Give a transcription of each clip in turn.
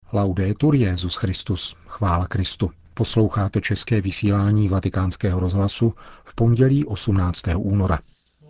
Laudetur Jesus Christus, chvála Kristu. Posloucháte české vysílání Vatikánského rozhlasu v pondělí 18. února.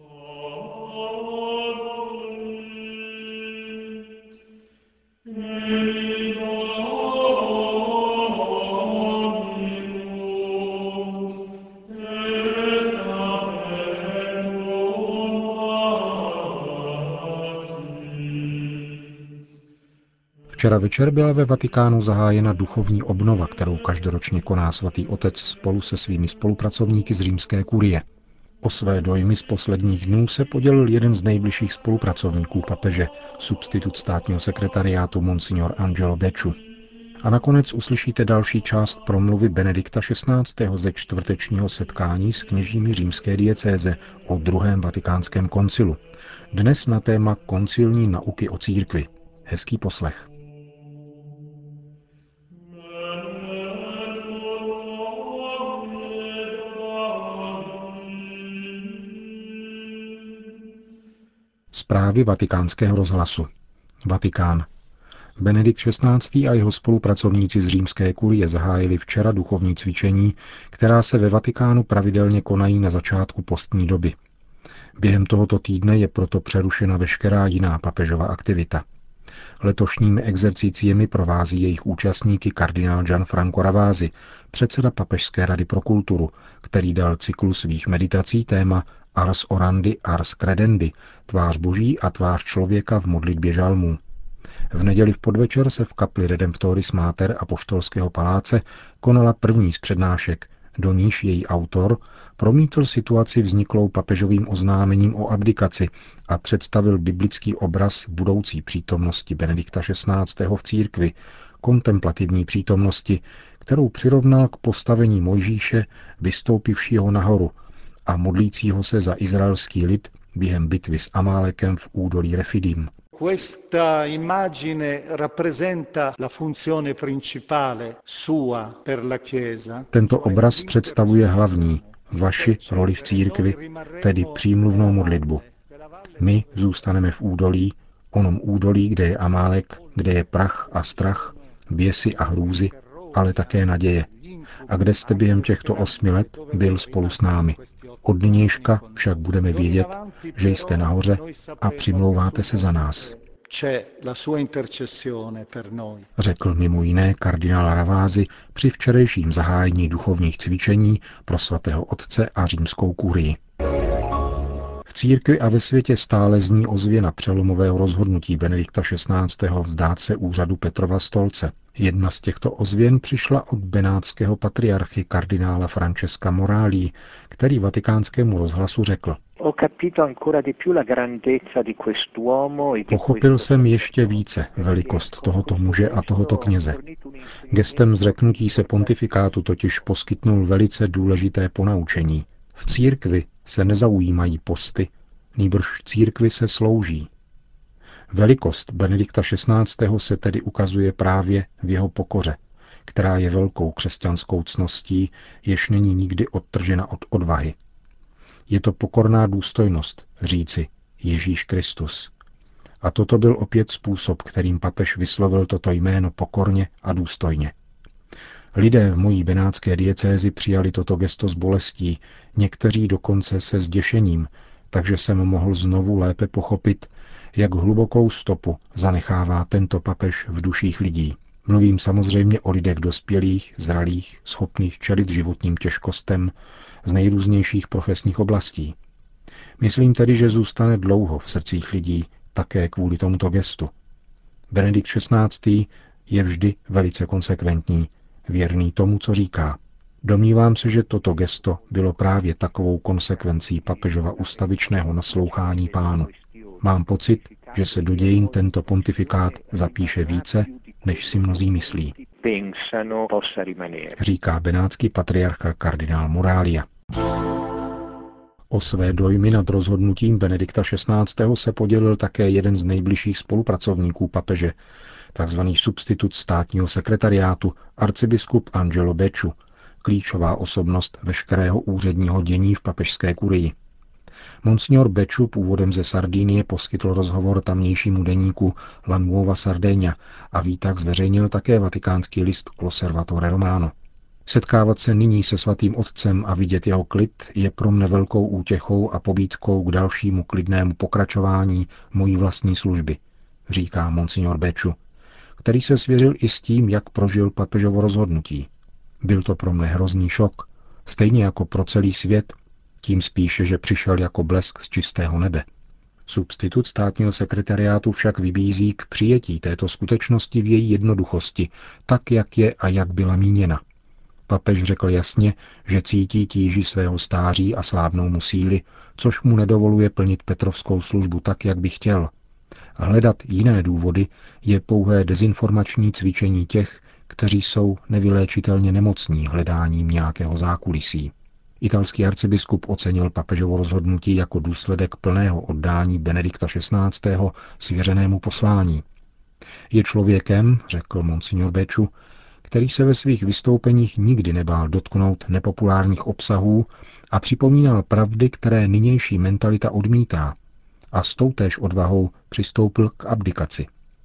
Včera večer byla ve Vatikánu zahájena duchovní obnova, kterou každoročně koná svatý otec spolu se svými spolupracovníky z římské kurie. O své dojmy z posledních dnů se podělil jeden z nejbližších spolupracovníků papeže, substitut státního sekretariátu Monsignor Angelo Becciu. A nakonec uslyšíte další část promluvy Benedikta XVI. Ze čtvrtečního setkání s kněžími římské diecéze o druhém vatikánském koncilu. Dnes na téma koncilní nauky o církvi. Hezký poslech. Zprávy Vatikánského rozhlasu. Vatikán. Benedikt XVI. A jeho spolupracovníci z římské kurie zahájili včera duchovní cvičení, která se ve Vatikánu pravidelně konají na začátku postní doby. Během tohoto týdne je proto přerušena veškerá jiná papežova aktivita. Letošními exerciciemi provází jejich účastníky kardinál Gianfranco Ravasi, předseda Papežské rady pro kulturu, který dal cyklu svých meditací téma Ars orandi, ars credendi, tvář boží a tvář člověka v modlitbě žalmů. V neděli v podvečer se v kapli Redemptoris Mater Apoštolského paláce konala první z přednášek, do níž její autor promítl situaci vzniklou papežovým oznámením o abdikaci a představil biblický obraz budoucí přítomnosti Benedikta XVI. V církvi, kontemplativní přítomnosti, kterou přirovnal k postavení Mojžíše, vystoupivšího nahoru a modlícího se za izraelský lid během bitvy s Amálekem v údolí Refidim. Questa immagine rappresenta la funzione principale sua per la Chiesa. Tento obraz představuje hlavní, vaši roli v církvi, tedy přímluvnou modlitbu. My zůstaneme v údolí, onom údolí, kde je Amálek, kde je prach a strach, běsy a hrůzy, ale také naděje. A kde jste během těchto 8 let byl spolu s námi. Od nynějška však budeme vědět, že jste nahoře a přimlouváte se za nás. Řekl mimo jiné kardinál Ravasi při včerejším zahájení duchovních cvičení pro svatého otce a římskou kurii. V církvi a ve světě stále zní ozvěna přelomového rozhodnutí Benedikta XVI. Vzdát se úřadu Petrova stolce. Jedna z těchto ozvěn přišla od benátského patriarchy kardinála Francesca Morali, který Vatikánskému rozhlasu řekl: Pochopil jsem ještě více velikost tohoto muže a tohoto kněze. Gestem zřeknutí se pontifikátu totiž poskytnul velice důležité ponaučení. V církvi se nezaujímají posty, nýbrž církvi se slouží. Velikost Benedikta XVI. Se tedy ukazuje právě v jeho pokoře, která je velkou křesťanskou ctností, jež není nikdy odtržena od odvahy. Je to pokorná důstojnost říci Ježíš Kristus. A toto byl opět způsob, kterým papež vyslovil toto jméno pokorně a důstojně. Lidé v mojí benátské diecézi přijali toto gesto s bolestí, někteří dokonce se zděšením, takže jsem mohl znovu lépe pochopit, jak hlubokou stopu zanechává tento papež v duších lidí. Mluvím samozřejmě o lidech dospělých, zralých, schopných čelit životním těžkostem z nejrůznějších profesních oblastí. Myslím tedy, že zůstane dlouho v srdcích lidí také kvůli tomuto gestu. Benedikt XVI. Je vždy velice konsekventní, věrný tomu, co říká. Domnívám se, že toto gesto bylo právě takovou konsekvencí papežova ustavičného naslouchání Pánu. Mám pocit, že se do dějin tento pontifikát zapíše více, než si mnozí myslí, říká benátský patriarcha kardinál Moralia. O své dojmy nad rozhodnutím Benedikta XVI. Se podělil také jeden z nejbližších spolupracovníků papeže, takzvaný substitut státního sekretariátu, arcibiskup Angelo Becciu, klíčová osobnost veškerého úředního dění v papežské kurii. Monsignor Becciu, původem ze Sardinie, poskytl rozhovor tamnějšímu deníku La Nuova Sardegna a výtah zveřejnil také vatikánský list L'Osservatore Romano. Setkávat se nyní se svatým otcem a vidět jeho klid je pro mne velkou útěchou a pobídkou k dalšímu klidnému pokračování mojí vlastní služby, říká monsignor Becciu, který se svěřil i s tím, jak prožil papežovo rozhodnutí. Byl to pro mne hrozný šok, stejně jako pro celý svět, tím spíše, že přišel jako blesk z čistého nebe. Substitut státního sekretariátu však vybízí k přijetí této skutečnosti v její jednoduchosti, tak, jak je a jak byla míněna. Papež řekl jasně, že cítí tíži svého stáří a slábnou mu síly, což mu nedovoluje plnit petrovskou službu tak, jak by chtěl. Hledat jiné důvody je pouhé dezinformační cvičení těch, kteří jsou nevyléčitelně nemocní hledáním nějakého zákulisí. Italský arcibiskup ocenil papežovo rozhodnutí jako důsledek plného oddání Benedikta XVI. Svěřenému poslání. Je člověkem, řekl monsignor Becciu, který se ve svých vystoupeních nikdy nebál dotknout nepopulárních obsahů a připomínal pravdy, které nynější mentalita odmítá, a s toutéž odvahou přistoupil k abdikaci.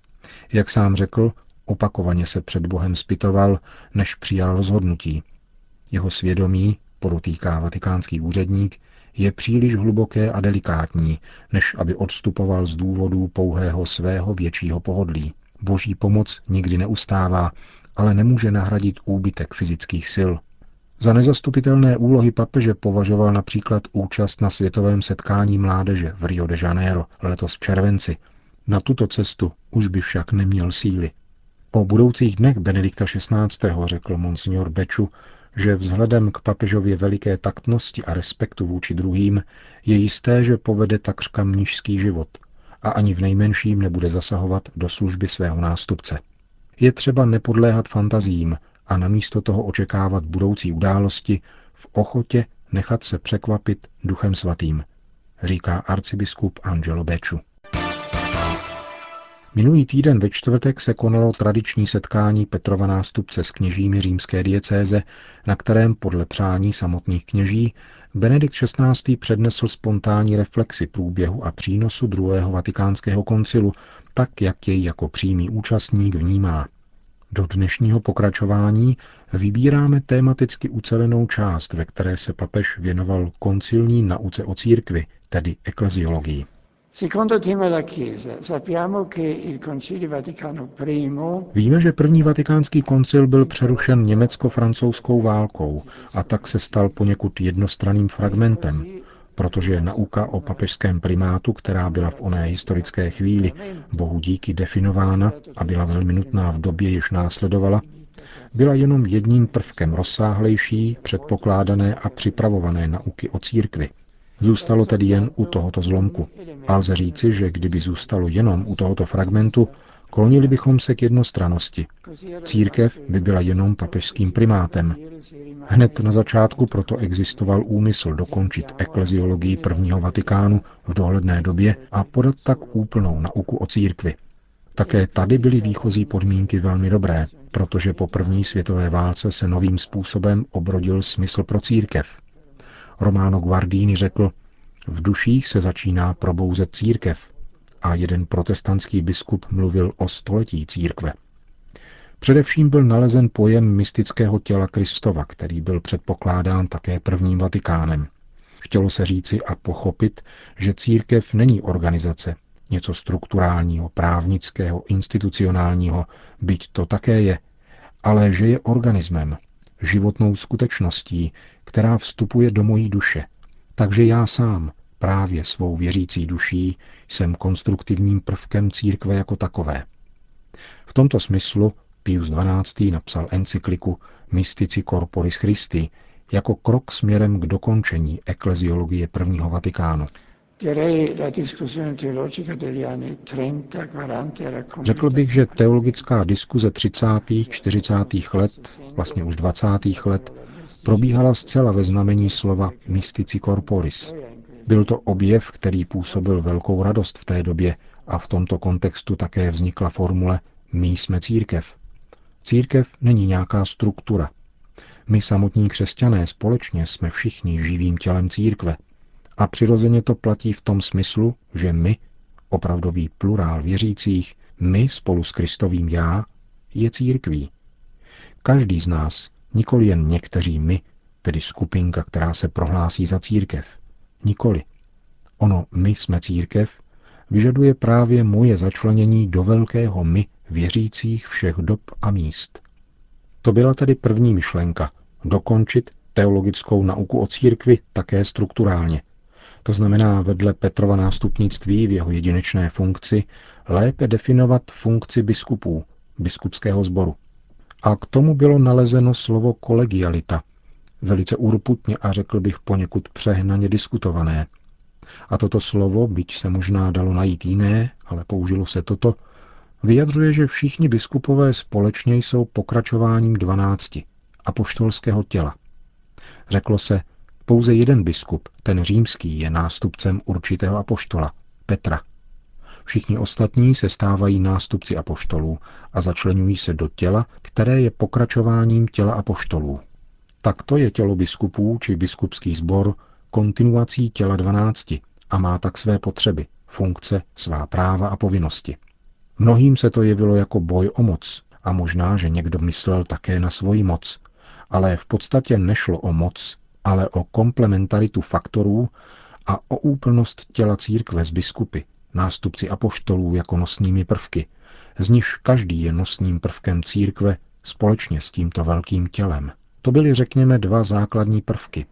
Jak sám řekl, opakovaně se před Bohem zpytoval, než přijal rozhodnutí. Jeho svědomí, podotýká vatikánský úředník, je příliš hluboké a delikátní, než aby odstupoval z důvodů pouhého svého většího pohodlí. Boží pomoc nikdy neustává, ale nemůže nahradit úbytek fyzických sil. Za nezastupitelné úlohy papeže považoval například účast na světovém setkání mládeže v Rio de Janeiro letos v červenci. Na tuto cestu už by však neměl síly. O budoucích dnech Benedikta XVI. Řekl monsignor Becciu, že vzhledem k papežově veliké taktnosti a respektu vůči druhým je jisté, že povede takřka mnišský život a ani v nejmenším nebude zasahovat do služby svého nástupce. Je třeba nepodléhat fantaziím a namísto toho očekávat budoucí události v ochotě nechat se překvapit Duchem svatým, říká arcibiskup Angelo Becciu. Minulý týden ve čtvrtek se konalo tradiční setkání Petrova nástupce s kněžími římské diecéze, na kterém podle přání samotných kněží Benedikt XVI. Přednesl spontánní reflexi průběhu a přínosu druhého vatikánského koncilu, tak jak jej jako přímý účastník vnímá. Do dnešního pokračování vybíráme tematicky ucelenou část, ve které se papež věnoval koncilní nauce o církvi, tedy ekleziologii. Víme, že první vatikánský koncil byl přerušen německo-francouzskou válkou a tak se stal poněkud jednostranným fragmentem, protože nauka o papežském primátu, která byla v oné historické chvíli Bohu díky definována a byla velmi nutná v době, jež následovala, byla jenom jedním prvkem rozsáhlejší, předpokládané a připravované nauky o církvi. Zůstalo tedy jen u tohoto zlomku. A lze říci, že kdyby zůstalo jenom u tohoto fragmentu, klonili bychom se k jednostrannosti. Církev by byla jenom papežským primátem. Hned na začátku proto existoval úmysl dokončit ekleziologii prvního Vatikánu v dohledné době a podat tak úplnou nauku o církvi. Také tady byly výchozí podmínky velmi dobré, protože po první světové válce se novým způsobem obrodil smysl pro církev. Romano Guardini řekl, v duších se začíná probouzet církev a jeden protestantský biskup mluvil o století církve. Především byl nalezen pojem mystického těla Kristova, který byl předpokládán také prvním Vatikánem. Chtělo se říci a pochopit, že církev není organizace, něco strukturálního, právnického, institucionálního, byť to také je, ale že je organismem, životnou skutečností, která vstupuje do mojí duše. Takže já sám, právě svou věřící duší, jsem konstruktivním prvkem církve jako takové. V tomto smyslu Pius XII. Napsal encykliku Mystici Corporis Christi jako krok směrem k dokončení ekleziologie prvního Vatikánu. Řekl bych, že teologická diskuze 30., 40. let, vlastně už 20. let, probíhala zcela ve znamení slova Mystici Corporis. Byl to objev, který působil velkou radost v té době a v tomto kontextu také vznikla formule My jsme církev. Církev není nějaká struktura. My samotní křesťané společně jsme všichni živým tělem církve A přirozeně to platí v tom smyslu, že my, opravdový plurál věřících, my spolu s Kristovým já, je církví. Každý z nás, nikoli jen někteří my, tedy skupinka, která se prohlásí za církev. Nikoli. Ono my jsme církev vyžaduje právě moje začlenění do velkého my věřících všech dob a míst. To byla tedy první myšlenka, dokončit teologickou nauku o církvi také strukturálně. To znamená vedle Petrova nástupnictví v jeho jedinečné funkci lépe definovat funkci biskupů, biskupského sboru. A k tomu bylo nalezeno slovo kolegialita, velice urputně a řekl bych poněkud přehnaně diskutované. A toto slovo, byť se možná dalo najít jiné, ale použilo se toto, vyjadřuje, že všichni biskupové společně jsou pokračováním 12 apoštolského těla. Řeklo se, pouze jeden biskup, ten římský, je nástupcem určitého apoštola, Petra. Všichni ostatní se stávají nástupci apoštolů a začleňují se do těla, které je pokračováním těla apoštolů. Takto je tělo biskupů či biskupský sbor kontinuací těla 12 a má tak své potřeby, funkce, svá práva a povinnosti. Mnohým se to jevilo jako boj o moc a možná, že někdo myslel také na svoji moc, ale v podstatě nešlo o moc, ale o komplementaritu faktorů a o úplnost těla církve z biskupy, nástupci apoštolů jako nosnými prvky, z nichž každý je nosným prvkem církve společně s tímto velkým tělem. To byly, řekněme, dva základní prvky.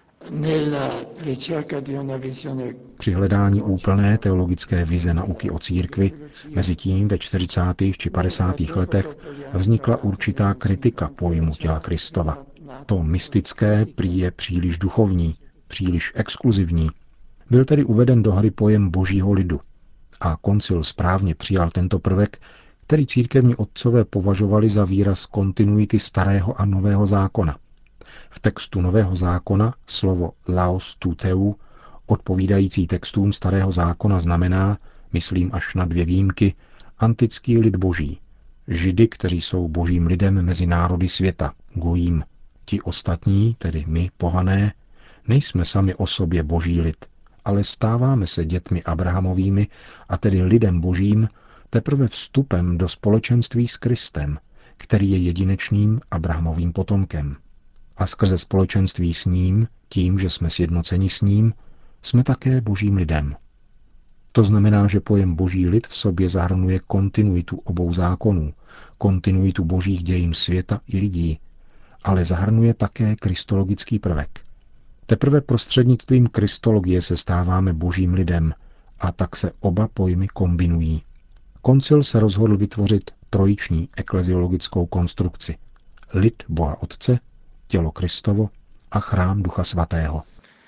Při hledání úplné teologické vize nauky o církvi, mezitím ve 40. či 50. letech vznikla určitá kritika pojmu těla Kristova. To mystické prý je příliš duchovní, příliš exkluzivní. Byl tedy uveden do hry pojem božího lidu. A koncil správně přijal tento prvek, který církevní otcové považovali za výraz kontinuity starého a nového zákona. V textu Nového zákona slovo laos tuteu, odpovídající textům Starého zákona, znamená, myslím až na 2 výjimky, antický lid boží. Židy, kteří jsou božím lidem mezi národy světa, gojím. Ti ostatní, tedy my, pohané, nejsme sami o sobě boží lid, ale stáváme se dětmi Abrahamovými, a tedy lidem božím, teprve vstupem do společenství s Kristem, který je jedinečným Abrahamovým potomkem. A skrze společenství s ním, tím, že jsme sjednoceni s ním, jsme také božím lidem. To znamená, že pojem boží lid v sobě zahrnuje kontinuitu obou zákonů, kontinuitu božích dějin světa i lidí, ale zahrnuje také kristologický prvek. Teprve prostřednictvím kristologie se stáváme božím lidem a tak se oba pojmy kombinují. Koncil se rozhodl vytvořit trojiční ekleziologickou konstrukci. Lid Boha Otce, tělo Kristovo a chrám Ducha Svatého.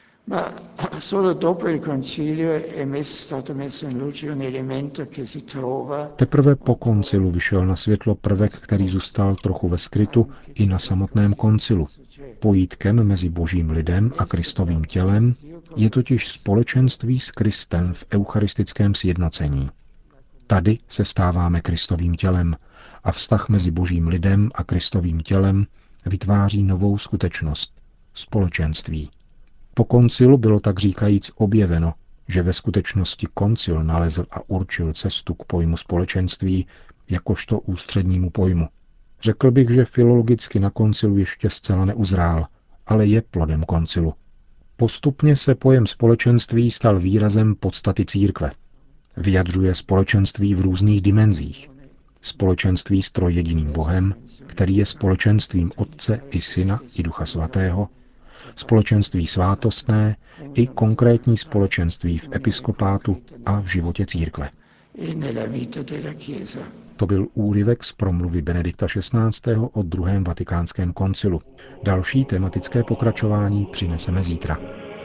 Teprve po koncilu vyšel na světlo prvek, který zůstal trochu ve skrytu i na samotném koncilu. Pojítkem mezi božím lidem a Kristovým tělem je totiž společenství s Kristem v eucharistickém sjednocení. Tady se stáváme Kristovým tělem a vztah mezi božím lidem a Kristovým tělem vytváří novou skutečnost – společenství. Po koncilu bylo tak říkajíc objeveno, že ve skutečnosti koncil nalezl a určil cestu k pojmu společenství jakožto ústřednímu pojmu. Řekl bych, že filologicky na koncilu ještě zcela neuzrál, ale je plodem koncilu. Postupně se pojem společenství stal výrazem podstaty církve. Vyjadřuje společenství v různých dimenzích. Společenství s trojjediným Bohem, který je společenstvím Otce i Syna i Ducha Svatého, společenství svátostné i konkrétní společenství v episkopátu a v životě církve. To byl úryvek z promluvy Benedikta XVI. O druhém vatikánském koncilu. Další tematické pokračování přineseme zítra.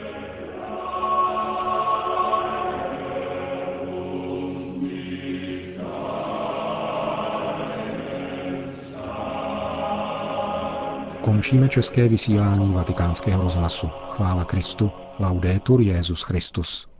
Končíme české vysílání Vatikánského rozhlasu. Chvála Kristu, laudetur Jesus Christus.